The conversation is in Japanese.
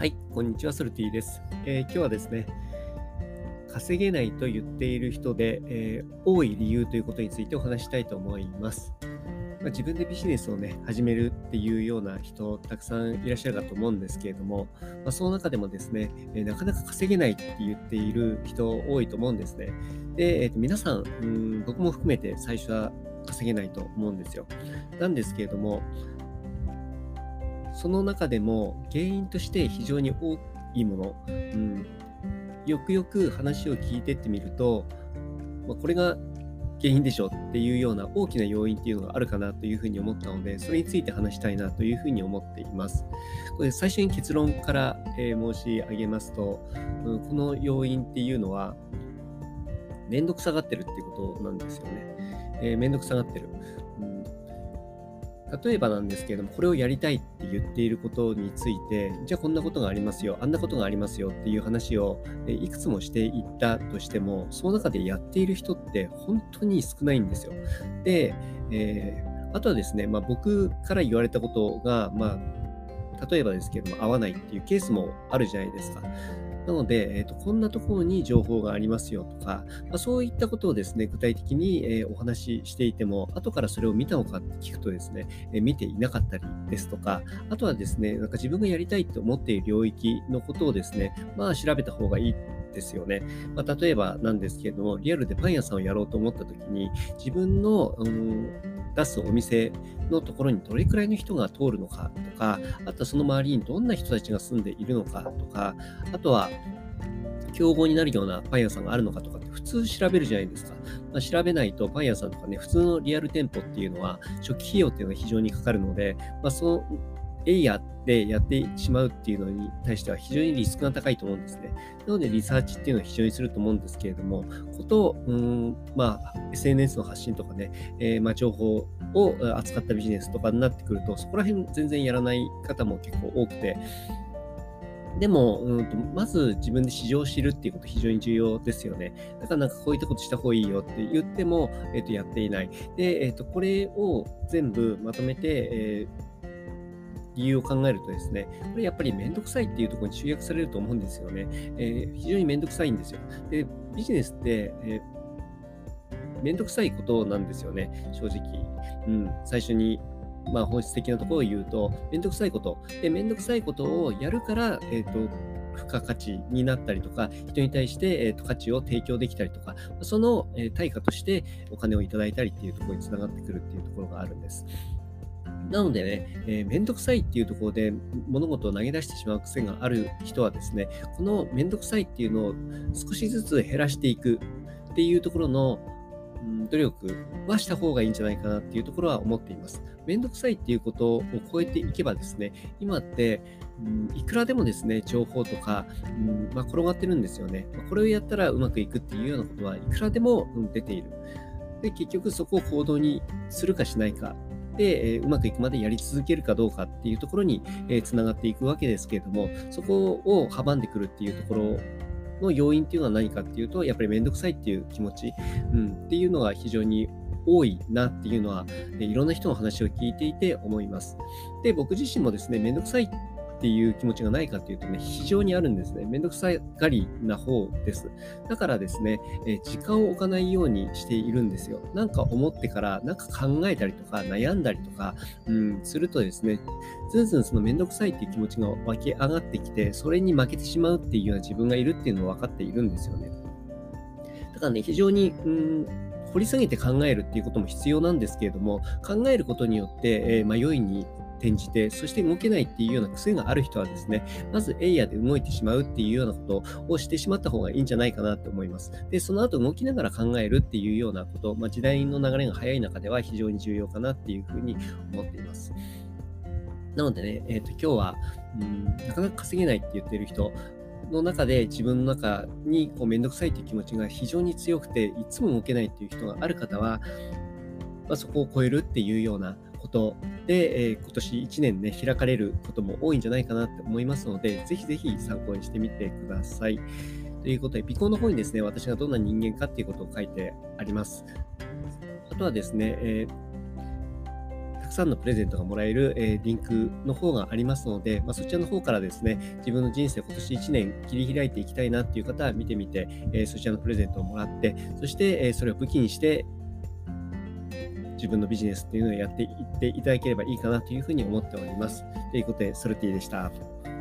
はい、こんにちは、ソルティです。今日はですね、稼げないと言っている人で、多い理由ということについてお話ししたいと思います。自分でビジネスをね、始めるっていうような人、たくさんいらっしゃるかと思うんですけれども、その中でもですね、なかなか稼げないって言っている人多いと思うんですね。で、皆さん、僕も含めて最初は稼げないと思うんですよ。なんですけれども、その中でも原因として非常に多いもの、よくよく話を聞いてってみると、これが原因でしょっていうような大きな要因っていうのがあるかなというふうに思ったので、それについて話したいなというふうに思っています。これ最初に結論から、申し上げますと、この要因っていうのは、めんどくさがってるっていうことなんですよね。めんどくさがってる。例えばなんですけれども、これをやりたいって言っていることについて、じゃあこんなことがありますよ、あんなことがありますよっていう話をいくつもしていったとしても、その中でやっている人って本当に少ないんですよ。で、あとはですね、僕から言われたことが、例えばですけれども、合わないっていうケースもあるじゃないですか。なので、こんなところに情報がありますよとか、そういったことをですね、具体的に、お話ししていても、後からそれを見たのかって聞くとですね、見ていなかったりですとか、あとはですね、なんか自分がやりたいと思っている領域のことをですね、調べた方がいいですよね。例えばなんですけれども、リアルでパン屋さんをやろうと思った時に、自分の、出すお店のところにどれくらいの人が通るのかとか、あとはその周りにどんな人たちが住んでいるのかとか、あとは競合になるようなパン屋さんがあるのかとかって普通調べるじゃないですか。調べないとパン屋さんとかね、普通のリアル店舗っていうのは初期費用っていうのが非常にかかるので、そのエイヤーでやってしまうっていうのに対しては非常にリスクが高いと思うんですね。なのでリサーチっていうのは非常にすると思うんですけれども、SNS の発信とかね、情報を扱ったビジネスとかになってくると、そこら辺全然やらない方も結構多くて、でも、まず自分で市場を知るっていうこと非常に重要ですよね。だからなんかこういったことした方がいいよって言っても、やっていない。で、これを全部まとめて、理由を考えるとですね、これやっぱりめんどくさいっていうところに集約されると思うんですよね。非常にめんどくさいんですよ。で、ビジネスって、めんどくさいことなんですよね、正直。最初に、本質的なところを言うと、めんどくさいこと。で、めんどくさいことをやるから、付加価値になったりとか、人に対して、価値を提供できたりとか、その、対価としてお金をいただいたりっていうところにつながってくるっていうところがあるんです。なのでね、めんどくさいっていうところで物事を投げ出してしまう癖がある人はですね、このめんどくさいっていうのを少しずつ減らしていくっていうところの努力はした方がいいんじゃないかなっていうところは思っています。めんどくさいっていうことを超えていけばですね、今って、いくらでもですね、情報とか、転がってるんですよね。これをやったらうまくいくっていうようなことはいくらでも、出ている。で、結局そこを行動にするかしないか。で、うまくいくまでやり続けるかどうかっていうところに、つながっていくわけですけれども、そこを阻んでくるっていうところの要因っていうのは何かっていうと、やっぱりめんどくさいっていう気持ち、っていうのが非常に多いなっていうのは、いろんな人の話を聞いていて思います。で、僕自身もですね、めんどくさいっていう気持ちがないかっていうとね、非常にあるんですね。めんどくさがりな方です。だからですね、時間を置かないようにしているんですよ。なんか思ってから、なんか考えたりとか悩んだりとか、するとですね、ずんずんそのめんどくさいっていう気持ちが湧き上がってきて、それに負けてしまうっていうような自分がいるっていうのは分かっているんですよね。だからね、非常に、掘り下げて考えるっていうことも必要なんですけれども、考えることによって、迷いに転じて、そして動けないっていうような癖がある人はですね、まずエイヤーで動いてしまうっていうようなことをしてしまった方がいいんじゃないかなと思います。で、その後動きながら考えるっていうようなこと、時代の流れが早い中では非常に重要かなっていうふうに思っています。なのでね、今日は、なかなか稼げないって言ってる人の中で、自分の中にこうめんどくさいっていう気持ちが非常に強くて、いつも動けないっていう人がある方は、そこを超えるっていうようなことで、今年1年ね、開かれることも多いんじゃないかなって思いますので、ぜひぜひ参考にしてみてください。ということで、尾行の方にですね、私がどんな人間かっていうことを書いてあります。あとはですね、たくさんのプレゼントがもらえる、リンクの方がありますので、そちらの方からですね、自分の人生今年1年切り開いていきたいなっていう方は見てみて、そちらのプレゼントをもらって、そして、それを武器にして自分のビジネスっていうのをやっていっていただければいいかなというふうに思っております。ということで、ソルティでした。